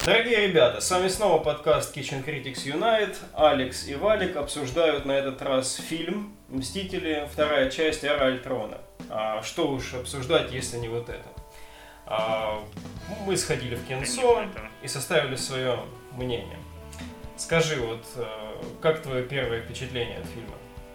Дорогие ребята, с вами снова подкаст Kitchen Critics Unite. Алекс и Валик обсуждают на этот раз фильм «Мстители. Вторая часть. Эра Альтрона». Что уж обсуждать, если не вот это. Мы сходили в кинцо и составили свое мнение. Скажи, вот, как твое первое впечатление от фильма?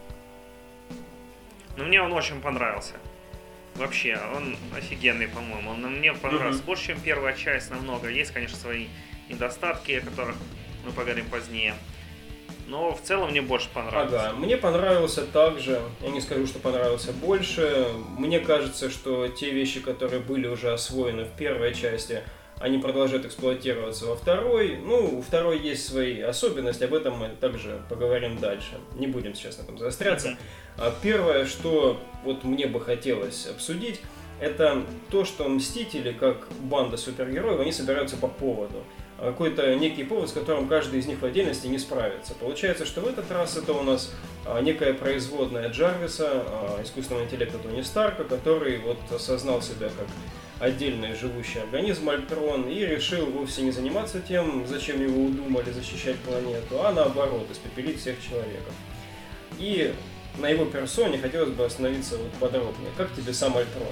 Ну, мне он очень понравился. Вообще, он офигенный, по-моему. Он мне понравился больше, чем первая часть намного. Есть, конечно, свои недостатки, о которых мы поговорим позднее. Но в целом мне больше понравился. Ага, мне понравился также. Я не скажу, что понравился больше. Мне кажется, что те вещи, которые были уже освоены в первой части, они продолжают эксплуатироваться во второй. Ну, у второй есть свои особенности, об этом мы также поговорим дальше. Не будем сейчас на этом заостряться. Первое, что вот мне бы хотелось обсудить, это то, что Мстители, как банда супергероев, они собираются по поводу. Какой-то некий повод, с которым каждый из них в отдельности не справится. Получается, что в этот раз это у нас некая производная Джарвиса, искусственного интеллекта Тони Старка, который вот осознал себя как отдельный живущий организм Альтрон и решил вовсе не заниматься тем, зачем его удумали защищать планету, а наоборот, испепелить всех человеков. И на его персоне хотелось бы остановиться вот подробнее. Как тебе сам Альтрон?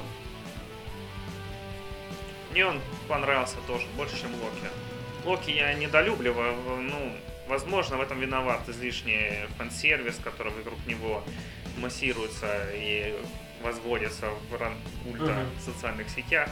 Мне он понравился тоже, больше, чем Локи. Локи я недолюбливаю, ну, возможно, в этом виноват излишний фан-сервис, который вокруг него массируется и возводится в ранг ультра социальных сетях.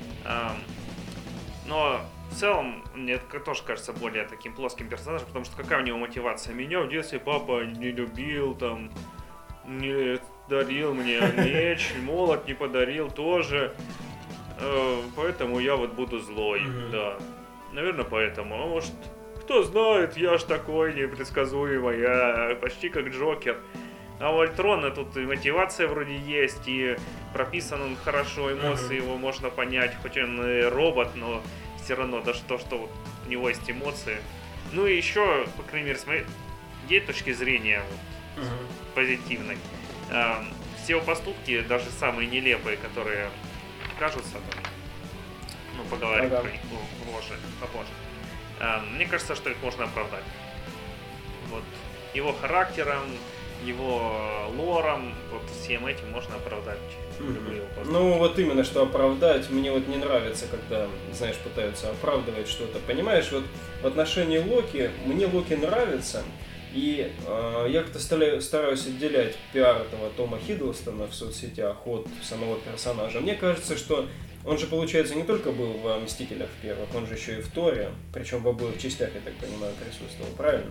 Но в целом мне тоже кажется более таким плоским персонажем, потому что какая у него мотивация? Меня в детстве папа не любил, там, не дарил мне меч, молот не подарил тоже, поэтому я вот буду злой, да. Наверное, поэтому. А может, кто знает, я ж такой непредсказуемый, я почти как Джокер. А у Альтрона тут и мотивация вроде есть, и прописан он хорошо, эмоции его можно понять, хоть он и робот, но все равно даже то, что вот у него есть эмоции. Ну и еще, по крайней мере, с моей точки зрения позитивной, все его поступки, даже самые нелепые, которые кажутся, ну, поговорим про них попозже. Мне кажется, что их можно оправдать. Вот его характером, его лором, вот всем этим можно оправдать любые его поступки. Ну, вот именно, что оправдать. Мне вот не нравится, когда, знаешь, пытаются оправдывать что-то. Понимаешь, вот в отношении Локи, мне Локи нравится, и я как-то стараюсь отделять пиар этого Тома Хиддлстона в соцсетях от самого персонажа. Мне кажется, что он же, получается, не только был в «Мстителях» первых, он же еще и в «Торе», причем в обоих частях, я так понимаю, присутствовал, правильно?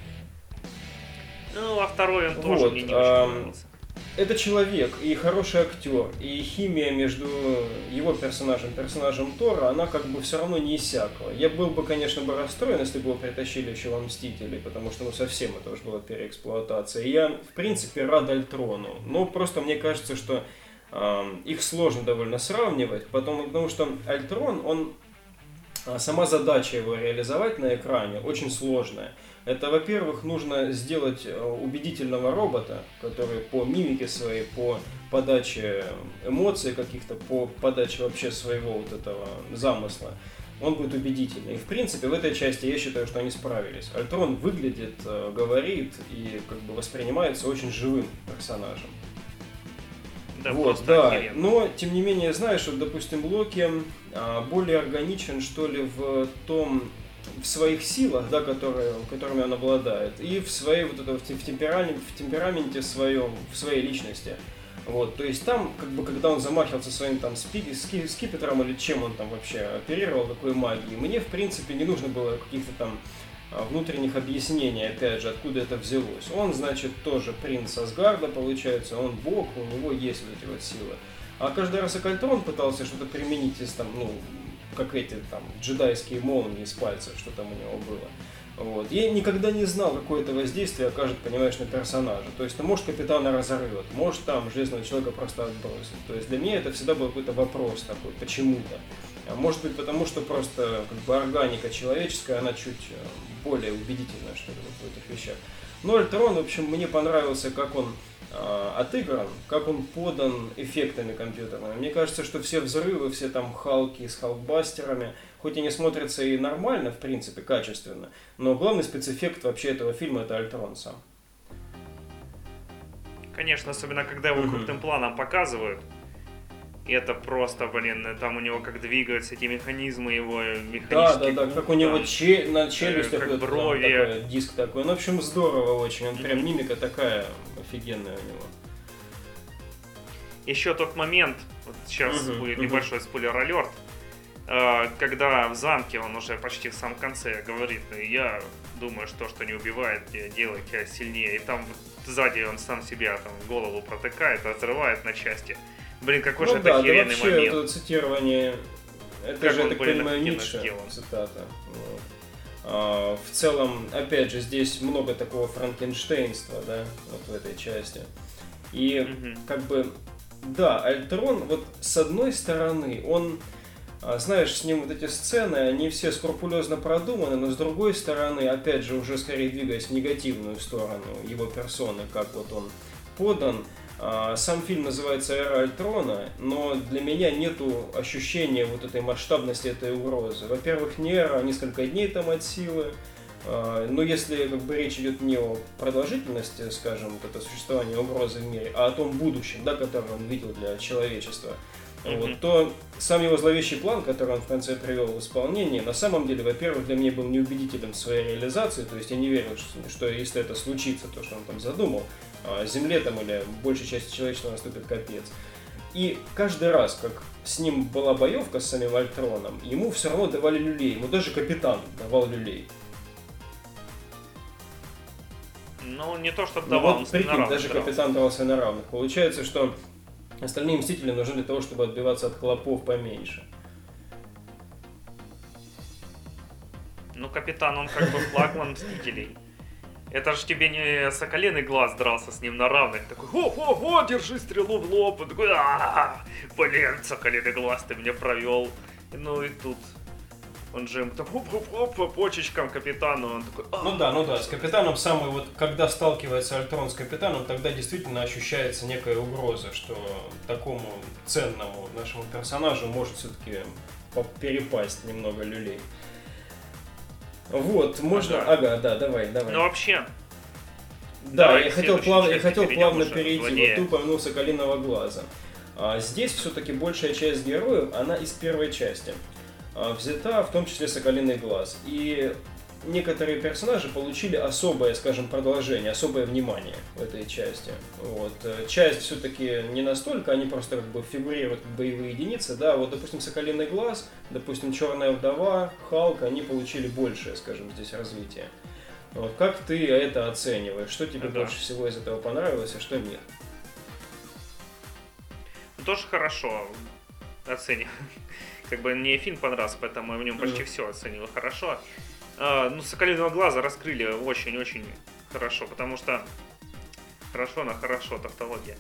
Ну, а второй он тоже мне не очень нравился. Это человек и хороший актер, и химия между его персонажем Тора, она как бы все равно не иссякла. Я был бы, конечно, расстроен, если бы его притащили еще во «Мстители», потому что, ну, совсем это уже была переэксплуатация. И я, в принципе, рад Альтрону, но просто мне кажется, что их сложно довольно сравнивать, потому что Альтрон, сама задача его реализовать на экране очень сложная. Это, во-первых, нужно сделать убедительного робота, который по мимике своей, по подаче эмоций каких-то, по подаче вообще своего вот этого замысла, он будет убедительный. И, в принципе, в этой части я считаю, что они справились. Альтрон выглядит, говорит и как бы воспринимается очень живым персонажем. Да, вот, да. Но, тем не менее, знаешь, вот, допустим, Локи более органичен, что ли, в своих силах, да, которыми он обладает, и в своей вот это, в темпераменте своем, в своей личности. Вот, то есть там, как бы, когда он замахивался своим там скипетром или чем он там вообще оперировал, какой магией, мне, в принципе, не нужно было каких-то там внутренних объяснений, опять же, откуда это взялось. Он, значит, тоже принц Асгарда, получается, он бог, у него есть вот эти вот силы. А каждый раз, как Альтрон пытался что-то применить из там, ну, как эти там джедайские молнии из пальцев, что там у него было. Вот. Я никогда не знал, какое это воздействие окажет, понимаешь, на персонажа. То есть, ну, может, капитана разорвет, может, там Железного Человека просто отбросит. То есть, для меня это всегда был какой-то вопрос такой, почему-то. А может быть, потому что просто как бы органика человеческая, она чуть более убедительная, что ли, вот в этих вещах. Но Альтрон, в общем, мне понравился, как он отыгран, как он подан эффектами компьютерными. Мне кажется, что все взрывы, все там Халки с Халкбастерами, хоть и не смотрятся и нормально, в принципе, качественно, но главный спецэффект вообще этого фильма — это Альтрон сам. Конечно, особенно когда его крупным планом показывают. И это просто, там у него как двигаются эти механизмы, его механические Да, как у него на челюстях как брови. Такой, диск такой. Ну, в общем, здорово очень. Он прям мимика такая офигенная у него. Еще тот момент, вот сейчас будет небольшой спойлер-алерт, когда в замке он уже почти в самом конце говорит: я думаю, что не убивает, делает тебя сильнее. И там сзади он сам себя там голову протыкает, разрывает на части. Блин, какой же это охеренный вообще, момент. Это цитирование, это как же, я он, так понимаю, офигенно Ницше сделан. цитата. Вот. В целом, опять же, здесь много такого франкенштейнства, да, вот в этой части. И как бы, да, Альтрон, вот с одной стороны, он, знаешь, с ним вот эти сцены, они все скрупулезно продуманы, но с другой стороны, опять же, уже скорее двигаясь в негативную сторону его персоны, как вот он подан. Сам фильм называется «Эра Альтрона», но для меня нету ощущения вот этой масштабности этой угрозы. Во-первых, не эра, а несколько дней там от силы. Но если как бы речь идет не о продолжительности, скажем, вот это существование угрозы в мире, а о том будущем, да, которое он видел для человечества, вот, то сам его зловещий план, который он в конце привел в исполнение, на самом деле, во-первых, для меня был неубедителен в своей реализации, то есть я не верил, что если это случится, то, что он там задумал, Земле там или большей части человечества наступит капец. И каждый раз, как с ним была боевка с самим Альтроном, ему все равно давали люлей, ему даже капитан давал люлей. Ну, не то, чтобы давал, вот, прикинь, даже капитан давался на равных. Получается, что остальные Мстители нужны для того, чтобы отбиваться от хлопов поменьше. Ну, капитан, он как бы флагман Мстителей. Это же тебе не Соколиный Глаз дрался с ним на равных. Такой: о, держи стрелу в лоб. И такой: блин, Соколиный Глаз, ты меня провел. Ну и тут он же там по почечкам капитану. Он такой: Ну да, с капитаном самый вот, когда сталкивается Альтрон с капитаном, тогда действительно ощущается некая угроза, что такому ценному нашему персонажу может все-таки перепасть немного люлей. Вот, можно... Ага, давай. Ну вообще... Да, я хотел плавно перейти. Вот ты упомянул Соколиного Глаза. Здесь все-таки большая часть героев, она из первой части. Взята в том числе Соколиный Глаз. И некоторые персонажи получили особое, скажем, продолжение, особое внимание в этой части. Вот. Часть все-таки не настолько, они просто как бы фигурируют как боевые единицы. Да, вот, допустим, Соколиный Глаз, допустим, Черная Вдова, Халк, они получили большее, скажем, здесь развитие. Вот. Как ты это оцениваешь? Что тебе больше всего из этого понравилось, а что нет? Тоже хорошо оцениваю. Как бы мне фильм понравился, поэтому я в нем почти все оцениваю хорошо. Ну, Соколиного Глаза раскрыли очень-очень хорошо, потому что... Хорошо, тавтология.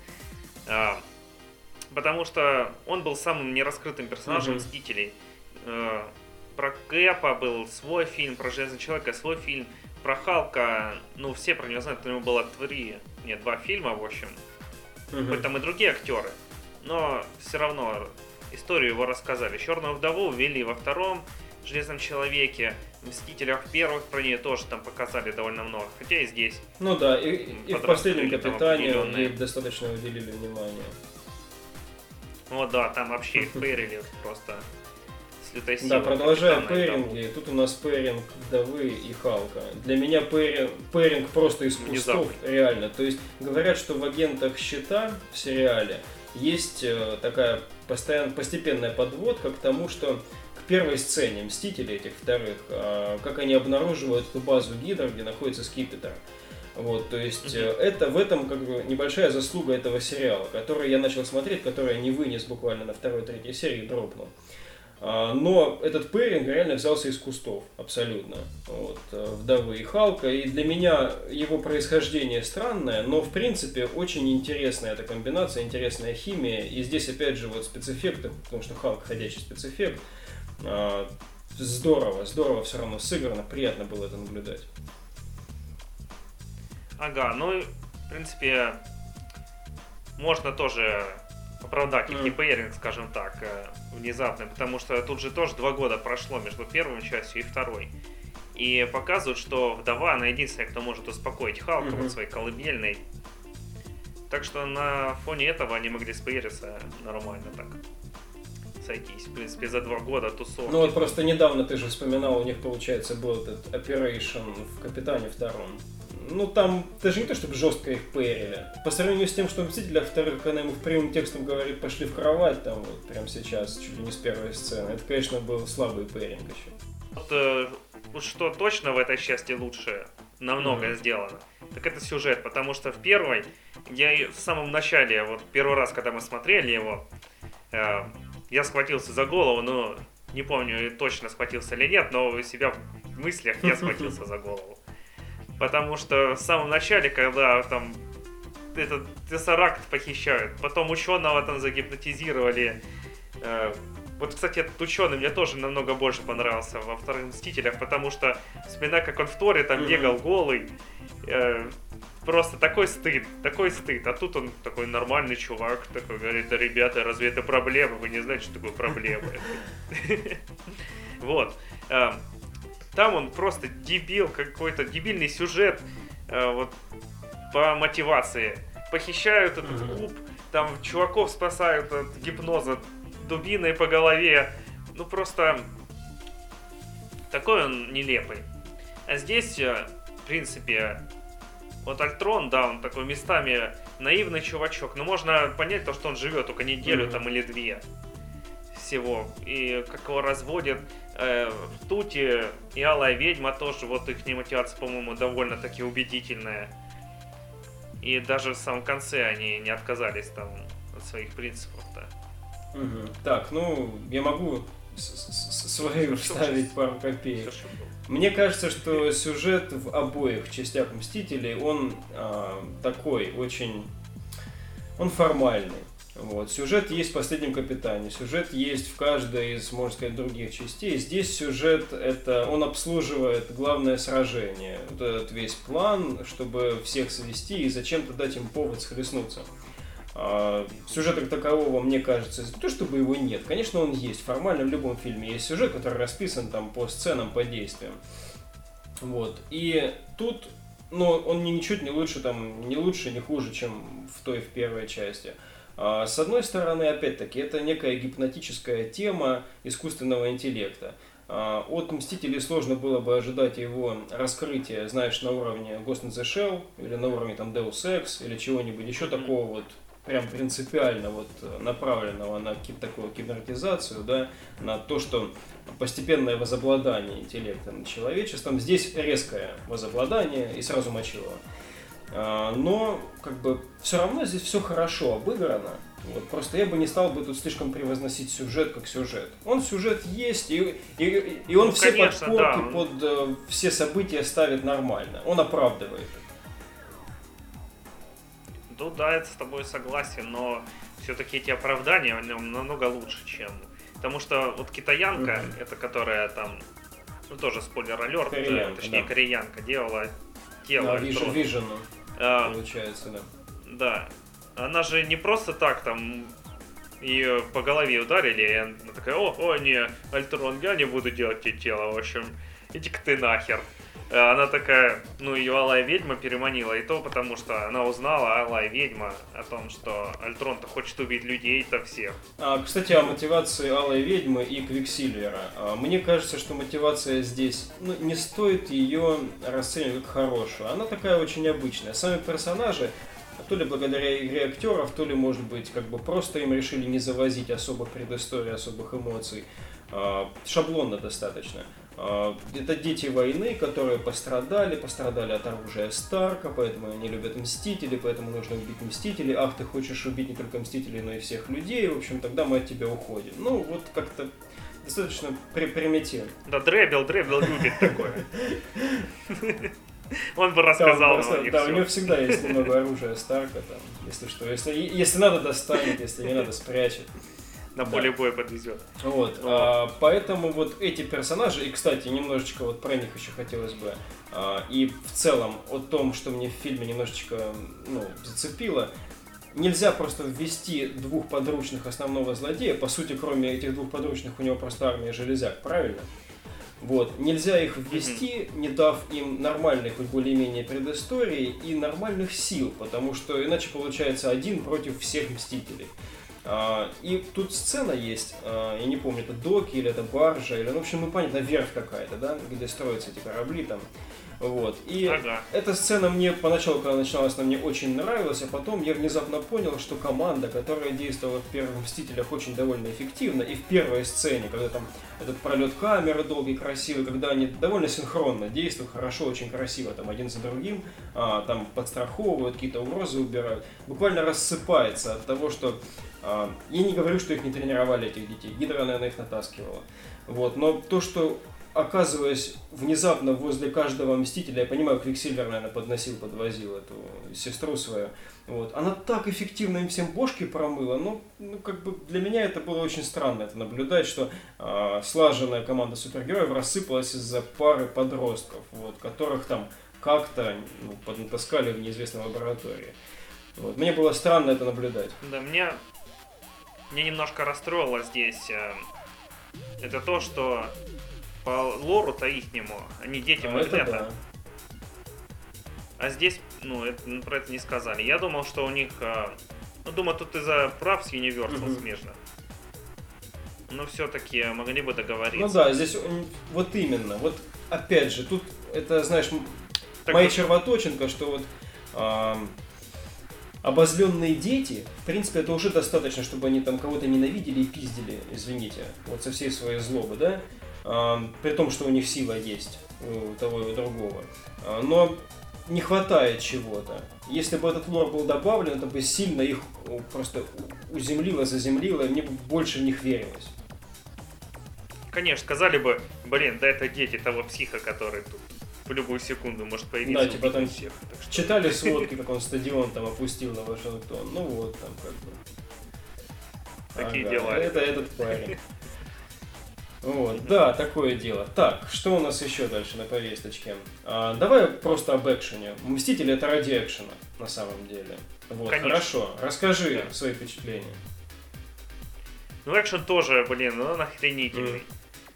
Потому что он был самым нераскрытым персонажем Мстителей. Про Кэпа был свой фильм, про Железного Человека свой фильм, про Халка, ну, все про него знают, у него было 2 фильма, в общем. Хоть там и другие актеры, но все равно историю его рассказали. Черную Вдову ввели во 2-м Железном Человеке, Мстителях в первых про нее тоже там показали довольно много, хотя и здесь. Ну да, и в последнем Капитане ей достаточно уделили внимание. Ну да, там вообще их пэрили просто с лютой силой. Да, продолжая пэринги, тут у нас пэринг Вдовы и Халка. Для меня пэринг просто из кустов, реально. То есть говорят, что в «Агентах Щита» в сериале есть такая постепенная подводка к тому, что к первой сцене Мстителей этих вторых, как они обнаруживают эту базу Гидра, где находится Скипетр. Вот, то есть это в этом как бы небольшая заслуга этого сериала, который я начал смотреть, который я не вынес буквально на 2-3 серии, дропнул. Но этот пэринг реально взялся из кустов, абсолютно, вот, Вдовы и Халка, и для меня его происхождение странное, но в принципе очень интересная эта комбинация, интересная химия, и здесь опять же вот спецэффекты, потому что Халк ходячий спецэффект, здорово все равно сыграно, приятно было это наблюдать. Ага, ну в принципе можно тоже оправдать их непейринг, скажем так, внезапно, потому что тут же тоже 2 года прошло между первой частью и второй. И показывают, что вдова, она единственная, кто может успокоить Халка вот своей колыбельной. Так что на фоне этого они могли спейриться нормально так. Сойтись. В принципе, за 2 года тусовки. Ну вот просто недавно ты же вспоминал, у них, получается, был этот Operation в Капитане втором. Ну там даже не то, чтобы жестко их пэрили. По сравнению с тем, что в Мстителях вторых, когда ему прямым текстом говорит, пошли в кровать, там вот прямо сейчас, чуть ли не с первой сцены, это, конечно, был слабый пэринг еще. Вот что точно в этой части лучше намного сделано, так это сюжет, потому что в первой, я в самом начале, вот первый раз, когда мы смотрели его, я схватился за голову, но не помню, точно схватился или нет, но у себя в мыслях я схватился за голову. Потому что в самом начале, когда там этот Тессаракт похищают, потом ученого там загипнотизировали. Вот, кстати, этот ученый мне тоже намного больше понравился во вторых Мстителях, потому что вспоминаю, как он в Торе там бегал голый. Просто такой стыд. А тут он такой нормальный чувак, такой говорит: да, ребята, разве это проблема? Вы не знаете, что такое проблема? Вот. Там он просто дебил, какой-то дебильный сюжет вот, по мотивации. Похищают этот клуб, там чуваков спасают от гипноза дубиной по голове. Ну просто такой он нелепый. А здесь, в принципе, вот Альтрон, да, он такой местами наивный чувачок. Но можно понять то, что он живет только неделю там или 2 всего. И как его разводят. Тути и Алая Ведьма тоже, вот их мотивация, по-моему, довольно-таки убедительная. И даже в самом конце они не отказались там от своих принципов-то. Так, ну, я могу свою вставить пару копеек. Мне кажется, что сюжет в обоих частях Мстителей, он такой, очень... Он формальный. Вот. Сюжет есть в «Последнем Капитане», сюжет есть в каждой из, можно сказать, других частей. Здесь сюжет, это он обслуживает главное сражение. Вот этот весь план, чтобы всех свести и зачем-то дать им повод схлестнуться. Сюжета как такового, мне кажется, не то чтобы его нет. Конечно, он есть. Формально в любом фильме есть сюжет, который расписан там по сценам, по действиям. Вот. И тут, ну, он ничуть не лучше, там, не лучше, не хуже, чем в первой части. С одной стороны, опять-таки, это некая гипнотическая тема искусственного интеллекта. От Мстителей сложно было бы ожидать его раскрытия, знаешь, на уровне Ghost in the Shell, или на уровне там Deus Ex, или чего-нибудь еще такого вот, прям принципиально вот направленного на такую кибернетизацию, да, на то, что постепенное возобладание интеллектом человечеством. Здесь резкое возобладание и сразу мочилово. Но, как бы, все равно здесь все хорошо обыграно. Вот, просто я бы не стал бы тут слишком превозносить сюжет как сюжет. Он сюжет есть, и он все конечно, подпорки под все события ставит нормально. Он оправдывает их. Ну да, это с тобой согласен, но все-таки эти оправдания намного лучше, чем... Потому что вот китаянка, это которая там, ну тоже спойлер-алерт, точнее да. Кореянка, делала тело Вижену. Получается, да. Да. Она же не просто так там ее по голове ударили, и она такая: о, не, Альтрон, я не буду делать тебе тело, в общем, иди-ка ты нахер. Она такая, ну, ее Алая Ведьма переманила, и то потому, что она узнала, Алая Ведьма, о том, что Альтрон-то хочет убить людей-то всех. Кстати, о мотивации Алой Ведьмы и Квиксильвера. Мне кажется, что мотивация здесь, ну, не стоит ее расценивать как хорошую. Она такая очень обычная. Сами персонажи, то ли благодаря игре актеров, то ли, может быть, как бы просто им решили не завозить особых предысторий, особых эмоций. Шаблонно достаточно. Это дети войны, которые пострадали от оружия Старка, поэтому они любят Мстителей, поэтому нужно убить Мстителей. Ах, ты хочешь убить не только Мстителей, но и всех людей, в общем, тогда мы от тебя уходим. Ну, вот как-то достаточно примитивно. Да, Дребел любит такое. Он бы рассказал нам. Да, у него всегда есть немного оружия Старка, там, если что. Если надо, достанет, если не надо, спрячет. На поле боя подвезет. Вот, поэтому вот эти персонажи, и, кстати, немножечко вот про них еще хотелось бы, и в целом о том, что мне в фильме немножечко, ну, зацепило, нельзя просто ввести двух подручных основного злодея, по сути, кроме этих двух подручных у него просто армия железяк, правильно? Вот. Нельзя их ввести, не дав им нормальной, хоть более-менее предыстории и нормальных сил, потому что иначе получается один против всех Мстителей. И тут сцена есть, я не помню, это доки или это баржа, или, ну, в общем, ну, понятно, верфь какая-то, да, где строятся эти корабли там. Вот. И эта сцена мне поначалу, когда начиналась, она мне очень нравилась, а потом я внезапно понял, что команда, которая действовала в первых Мстителях очень довольно эффективно, и в первой сцене, когда там этот пролет камеры долгий, красивый, когда они довольно синхронно действуют, хорошо, очень красиво, там один за другим, там подстраховывают, какие-то угрозы убирают, буквально рассыпается от того, что... Я не говорю, что их не тренировали, этих детей, Гидра, наверное, их натаскивала. Вот. Но то, что, оказываясь внезапно возле каждого Мстителя, я понимаю, Квиксильвер, наверное, подвозил эту сестру свою, вот. Она так эффективно им всем бошки промыла, ну, как бы для меня это было очень странно это наблюдать, что слаженная команда супергероев рассыпалась из-за пары подростков, вот, которых там как-то поднатаскали в неизвестной лаборатории. Вот. Мне было странно это наблюдать. Да, меня немножко расстроило здесь это то, что по лору-то ихнему, они дети Магнета. Да. А здесь, про это не сказали. Я думал, что у них, думаю, тут из-за прав с Universal смежно. Но все-таки могли бы договориться. Ну да, здесь вот именно, вот опять же, тут это, знаешь, моя червоточинка, что вот... Обозленные дети, в принципе, это уже достаточно, чтобы они там кого-то ненавидели и пиздили, извините, вот со всей своей злобы, да, при том, что у них сила есть, у того и у другого, но не хватает чего-то. Если бы этот лор был добавлен, это бы сильно их просто уземлило, заземлило, и мне бы больше в них верилось. Конечно, сказали бы, да это дети того психа, который тут в любую секунду может появиться. Да, типа там всех. Что... Читали сводки, как он стадион там опустил на Вашингтон. Ну вот, там как бы. Такие дела. Это этот парень. Вот, да, такое дело. Так, что у нас еще дальше на повесточке? Давай просто об экшене. Мстители — это ради экшена, на самом деле. Вот, конечно. Хорошо. Расскажи свои впечатления. Ну, экшен тоже, он охренительный.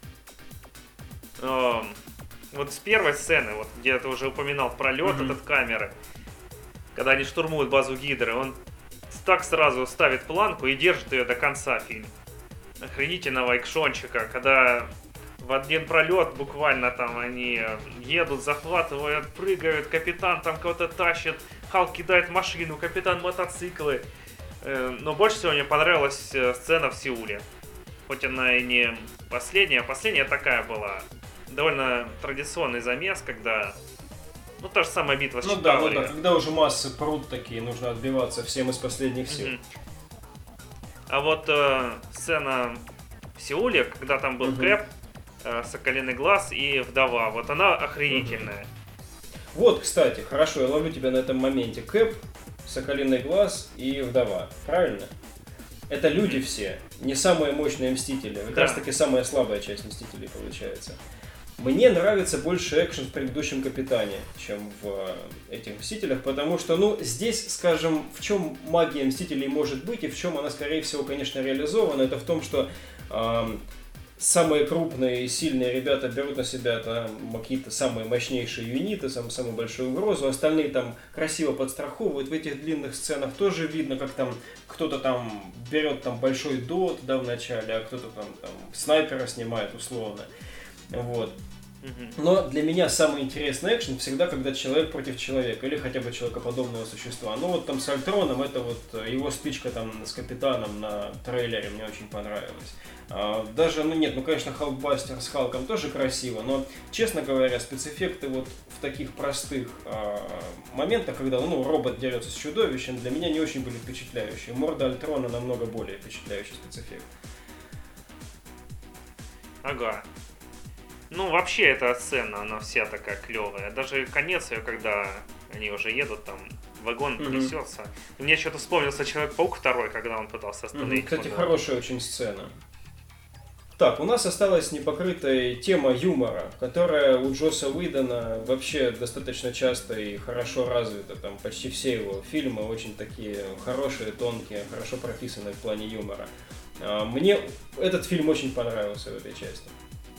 Вот с первой сцены, вот где ты уже упоминал пролет этот камеры, когда они штурмуют базу Гидры, он так сразу ставит планку и держит ее до конца фильма. Охренительного экшончика, когда в один пролет буквально там они едут, захватывают, прыгают, капитан там кого-то тащит, Халк кидает машину, капитан мотоциклы. Но больше всего мне понравилась сцена в Сеуле. Хоть она и не последняя, последняя такая была. Довольно традиционный замес, когда... та же самая битва с Читалой. Да, когда уже массы прут такие, нужно отбиваться всем из последних сил. А вот сцена в Сеуле, когда там был Кэп, Соколиный глаз и Вдова, вот она охренительная. Вот, кстати, хорошо, я ловлю тебя на этом моменте. Кэп, Соколиный глаз и Вдова, правильно? Это люди все, не самые мощные Мстители, как раз таки самая слабая часть Мстителей получается. Мне нравится больше экшен в предыдущем Капитане, чем в этих Мстителях, потому что, здесь, скажем, в чем магия Мстителей может быть и в чем она, скорее всего, конечно, реализована, это в том, что самые крупные и сильные ребята берут на себя какие-то самые мощнейшие юниты, самую большую угрозу, остальные там красиво подстраховывают. В этих длинных сценах тоже видно, как там кто-то там берет там большой дот, в начале, а кто-то там снайпера снимает условно. Вот. Но для меня самый интересный экшен всегда, когда человек против человека или хотя бы человекоподобного существа. Вот там с Альтроном, это вот его стычка там с Капитаном на трейлере мне очень понравилась. Даже, конечно, Халкбастер с Халком тоже красиво, но, честно говоря, спецэффекты вот в таких простых моментах, когда, робот дерется с чудовищем, для меня не очень были впечатляющие. Морда Альтрона намного более впечатляющий спецэффект. Ага. Вообще эта сцена, она вся такая клевая. Даже конец ее, когда они уже едут, там вагон трясется. Мне что-то вспомнился Человек-паук 2, когда он пытался остановить. Кстати, хорошая очень сцена. Так, у нас осталась непокрытая тема юмора, которая у Джосса Уидона вообще достаточно часто и хорошо развита. Там почти все его фильмы очень такие хорошие, тонкие, хорошо прописаны в плане юмора. Мне этот фильм очень понравился в этой части.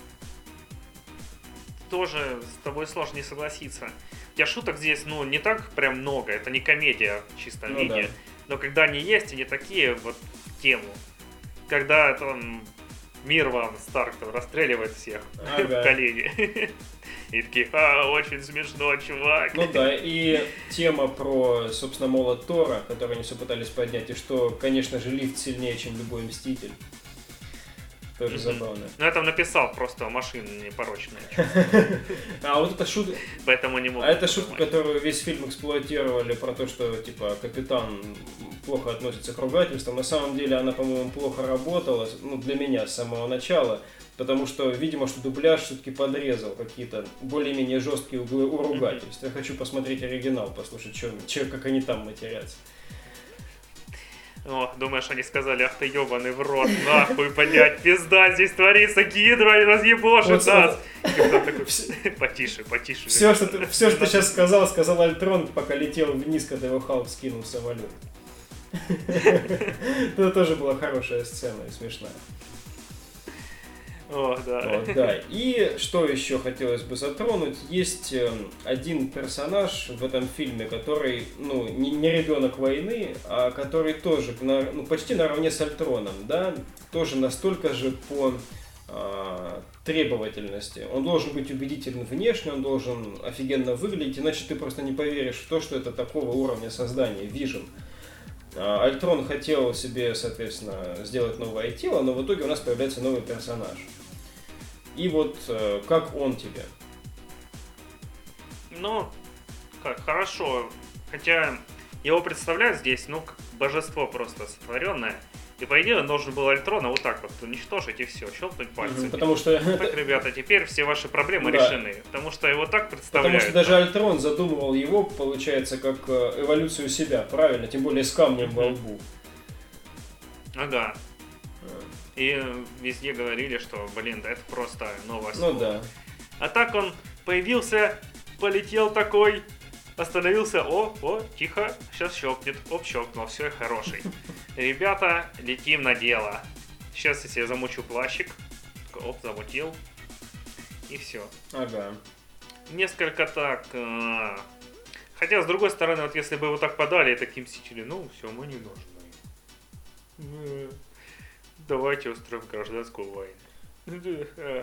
Тоже с тобой сложно не согласиться. У тебя шуток здесь, не так прям много, это не комедия в чистом виде. Да. Но когда они есть, они такие вот в тему. Когда там Мирван Старк там расстреливает всех в колени. И такие, очень смешно, чувак. Ну да, и тема про, собственно, молот Тора, который они все пытались поднять, и что, конечно же, лифт сильнее, чем любой Мститель. Тоже забавно. Ну, я там написал просто машины непорочные. А вот это шутка... Поэтому не могу. А это шутка, которую весь фильм эксплуатировали, про то, что, типа, капитан плохо относится к ругательствам. На самом деле она, по-моему, плохо работала, для меня с самого начала, потому что, видимо, что дубляж все-таки подрезал какие-то более-менее жесткие углы у ругательств. Я хочу посмотреть оригинал, послушать, как они там матерятся. О, думаешь, они сказали, ах ты ебаный в рот, нахуй, блядь, пизда, здесь творится, Гидра, они нас ебошит, нас. Потише. Все, что ты сейчас сказал Альтрон, пока летел вниз, когда его Халк скинул в самолет. Это тоже была хорошая сцена и смешная. О, да. Да. И что еще хотелось бы затронуть, есть один персонаж в этом фильме, который, не ребенок войны, а который тоже почти наравне с Альтроном, да, тоже настолько же по требовательности. Он должен быть убедителен внешне, он должен офигенно выглядеть, иначе ты просто не поверишь в то, что это такого уровня создания, Vision. Альтрон хотел себе, соответственно, сделать новое тело, но в итоге у нас появляется новый персонаж. И вот как он тебе? Хорошо. Хотя его представляют здесь, как божество просто сотворенное. И по идее он должен был Альтрона вот так вот уничтожить и все, щелкнуть пальцами. Потому что... Так, ребята, теперь все ваши проблемы решены. Потому что его так представляют. Потому что даже Альтрон задумывал его, получается, как эволюцию себя, правильно? Тем более с камнем во лбу. Ага. И везде говорили, что, да это просто новое слово. Да. А так он появился, полетел такой, остановился, тихо, сейчас щелкнет, щелкнул, все, я хороший. Ребята, летим на дело. Сейчас я себе замучу плащик, замутил, и все. Ага. Несколько так... Хотя, с другой стороны, вот если бы его так подали, такие Мстители, все, мы не нужны. Давайте устроим гражданскую войну.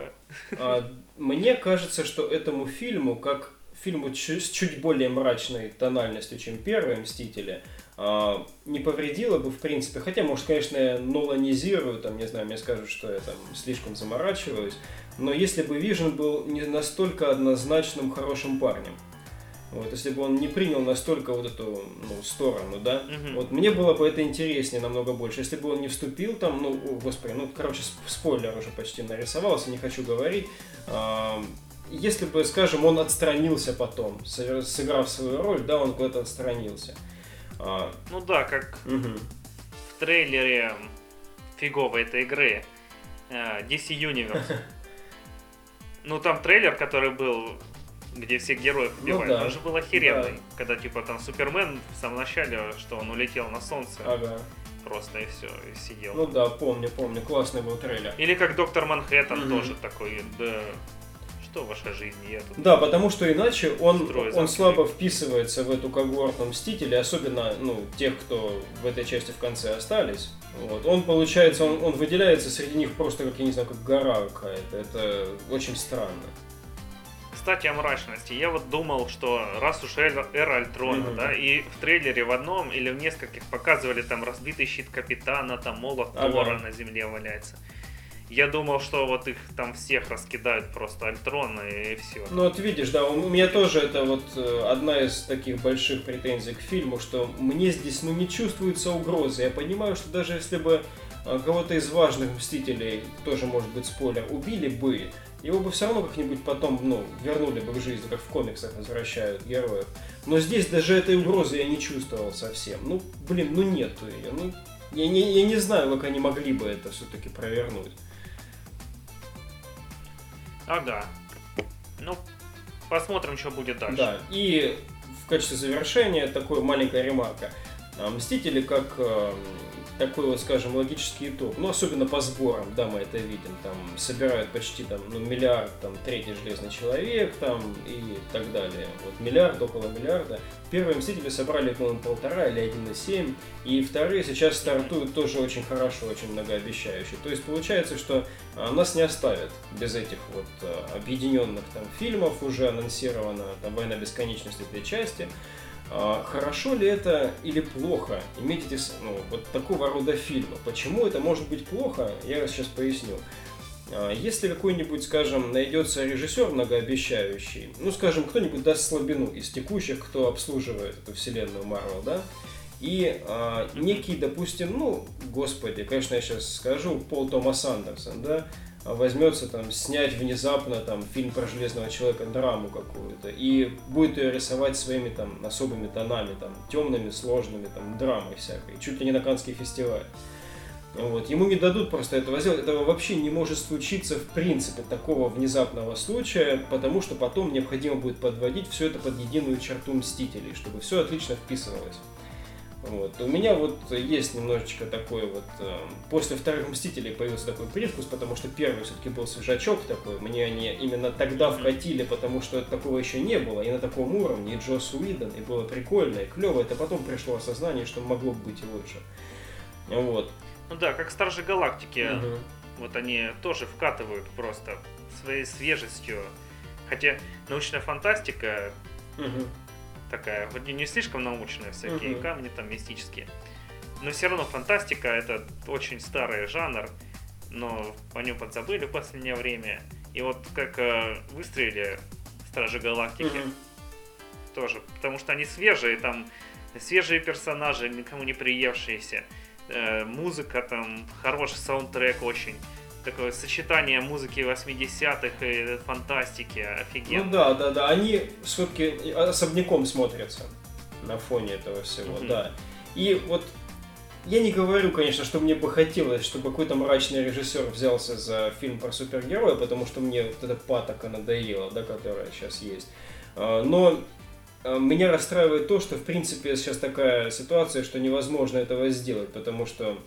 Мне кажется, что этому фильму, как фильму с чуть более мрачной тональностью, чем первые «Мстители», не повредило бы, в принципе, хотя, может, конечно, я ноланизирую, не знаю, мне скажут, что я там слишком заморачиваюсь, но если бы Vision был не настолько однозначным хорошим парнем, вот, если бы он не принял настолько вот эту сторону, да, вот мне было бы это интереснее намного больше. Если бы он не вступил там, спойлер уже почти нарисовался, не хочу говорить. Если бы, скажем, он отстранился потом, сыграв свою роль, да, он куда-то отстранился. Как в трейлере фиговой этой игры DC Universe. Там трейлер, который был, где всех героев убивают, он же был охеренный. Да. Когда, там, Супермен в самом начале, что он улетел на солнце. Ага. Просто и все, и сидел. Помню, классный был трейлер. Или как Доктор Манхэттен тоже такой, да... Что в вашей жизни? Я тут да, потому что иначе он слабо вписывается в эту когорту Мстителей, особенно тех, кто в этой части в конце остались. Вот. Он, получается, он выделяется среди них просто, как, я не знаю, как гора какая-то. Это очень странно. Кстати, о мрачности. Я вот думал, что раз уж эра Альтрона, да, и в трейлере в одном или в нескольких показывали там разбитый щит Капитана, там молот Тора на земле валяется. Я думал, что вот их там всех раскидают просто Альтрона и все. Вот видишь, да, у меня тоже это вот одна из таких больших претензий к фильму, что мне здесь не чувствуется угрозы. Я понимаю, что даже если бы кого-то из важных Мстителей, тоже может быть спойлер, убили бы, его бы все равно как-нибудь потом, вернули бы в жизнь, как в комиксах возвращают героев. Но здесь даже этой угрозы я не чувствовал совсем. Нету ее. Я не знаю, как они могли бы это все-таки провернуть. Ага. Ну, посмотрим, что будет дальше. Да, и в качестве завершения такая маленькая ремарка. Мстители как такой вот, скажем, логический итог. Ну, особенно по сборам, да, мы это видим. Там собирают почти там, миллиард, там, третий Железный Человек, там, и так далее. Вот миллиард, около миллиарда. Первые Мстители собрали, по-моему, 1,5 или 1,7. И вторые сейчас стартуют тоже очень хорошо, очень многообещающе. То есть получается, что нас не оставят без этих вот объединенных там фильмов, уже анонсировано, там, «Война бесконечности» 2 части. Хорошо ли это или плохо иметь эти, вот такого рода фильмы? Почему это может быть плохо, я сейчас поясню. Если какой-нибудь, скажем, найдется режиссер многообещающий, ну, скажем, кто-нибудь даст слабину из текущих, кто обслуживает эту вселенную Marvel, да, и некий, допустим, ну, господи, конечно, я сейчас скажу, Пол Томас Андерсон, да, возьмется там снять внезапно там фильм про Железного Человека, драму какую-то, и будет ее рисовать своими там особыми тонами, там, темными, сложными, там, драмой всякой, чуть ли не на Каннский фестиваль. Вот. Ему не дадут просто этого сделать. Этого вообще не может случиться в принципе, такого внезапного случая, потому что потом необходимо будет подводить все это под единую черту Мстителей, чтобы все отлично вписывалось. Вот. У меня вот есть немножечко такой вот... После вторых Мстителей появился такой привкус, потому что первый все-таки был свежачок такой. Мне они именно тогда вкатили, потому что такого еще не было. И на таком уровне, и Джосс Уидон, и было прикольно, и клево. Это потом пришло осознание, что могло бы быть и лучше. Вот. Ну да, как Стражи Галактики. Вот они тоже вкатывают просто своей свежестью. Хотя научная фантастика... такая, вот не слишком научная, всякие камни там мистические. Но все равно фантастика — это очень старый жанр, но о нем подзабыли в последнее время. И вот как выстрелили Стражи Галактики, тоже, потому что они свежие, там свежие персонажи, никому не приевшиеся. Музыка там, хороший саундтрек очень. Такое сочетание музыки 80-х и фантастики, офигенно. Ну да, они все-таки особняком смотрятся на фоне этого всего, да. И вот я не говорю, конечно, что мне бы хотелось, чтобы какой-то мрачный режиссер взялся за фильм про супергероя, потому что мне вот эта патока надоела, да, которая сейчас есть. Но меня расстраивает то, что в принципе сейчас такая ситуация, что невозможно этого сделать, потому что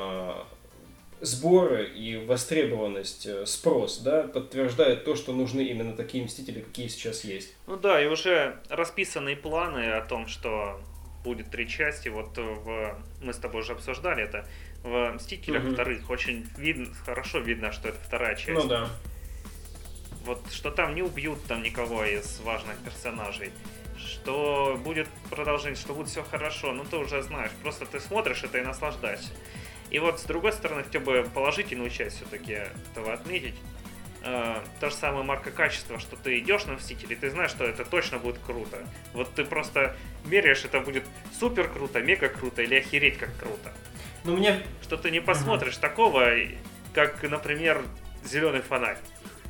сборы и востребованность, спрос, да, подтверждают то, что нужны именно такие Мстители, какие сейчас есть. Ну да, и уже расписанные планы о том, что будет 3 части. Вот мы с тобой уже обсуждали это. В Мстителях вторых очень хорошо видно, что это вторая часть. Ну да. Вот что там не убьют там никого из важных персонажей. Что будет продолжение, что будет все хорошо. Ну ты уже знаешь, просто ты смотришь это и наслаждаешься. И вот, с другой стороны, хотел бы положительную часть все-таки этого отметить. Та же самая марка качества, что ты идешь на Мстители, ты знаешь, что это точно будет круто. Вот ты просто меряешь, это будет супер круто, мега круто или охереть как круто. Ну, мне... Что ты не посмотришь такого, как, например, «Зеленый фонарь».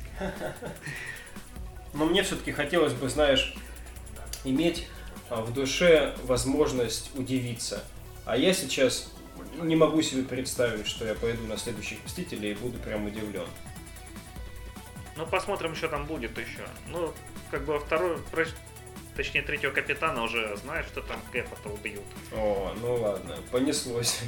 Но мне все-таки хотелось бы, знаешь, иметь в душе возможность удивиться. А я сейчас... не могу себе представить, что я пойду на следующих Мстителей и буду прям удивлен. Ну, посмотрим, что там будет еще. Ну, как бы точнее, третьего Капитана уже знаешь, что там Кэпа-то убьют. О, ну ладно, понеслось.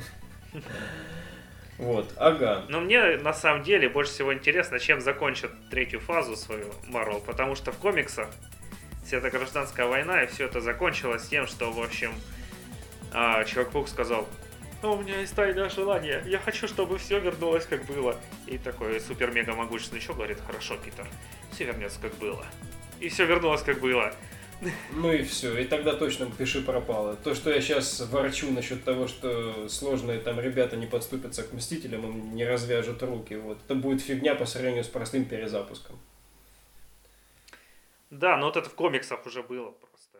Вот, ага. Но мне, на самом деле, больше всего интересно, чем закончат третью фазу свою Marvel, потому что в комиксах вся эта гражданская война и все это закончилось тем, что, в общем, Человек-паук сказал: у меня есть тайное желание. Я хочу, чтобы все вернулось, как было. И такой супер-мега могущественный еще говорит: хорошо, Питер, все вернется, как было. И все вернулось, как было. Ну и все, и тогда точно пиши пропало. То, что я сейчас ворчу насчет того, что сложные там ребята не подступятся к Мстителям, им не развяжут руки, вот, это будет фигня по сравнению с простым перезапуском. Да, но вот это в комиксах уже было просто.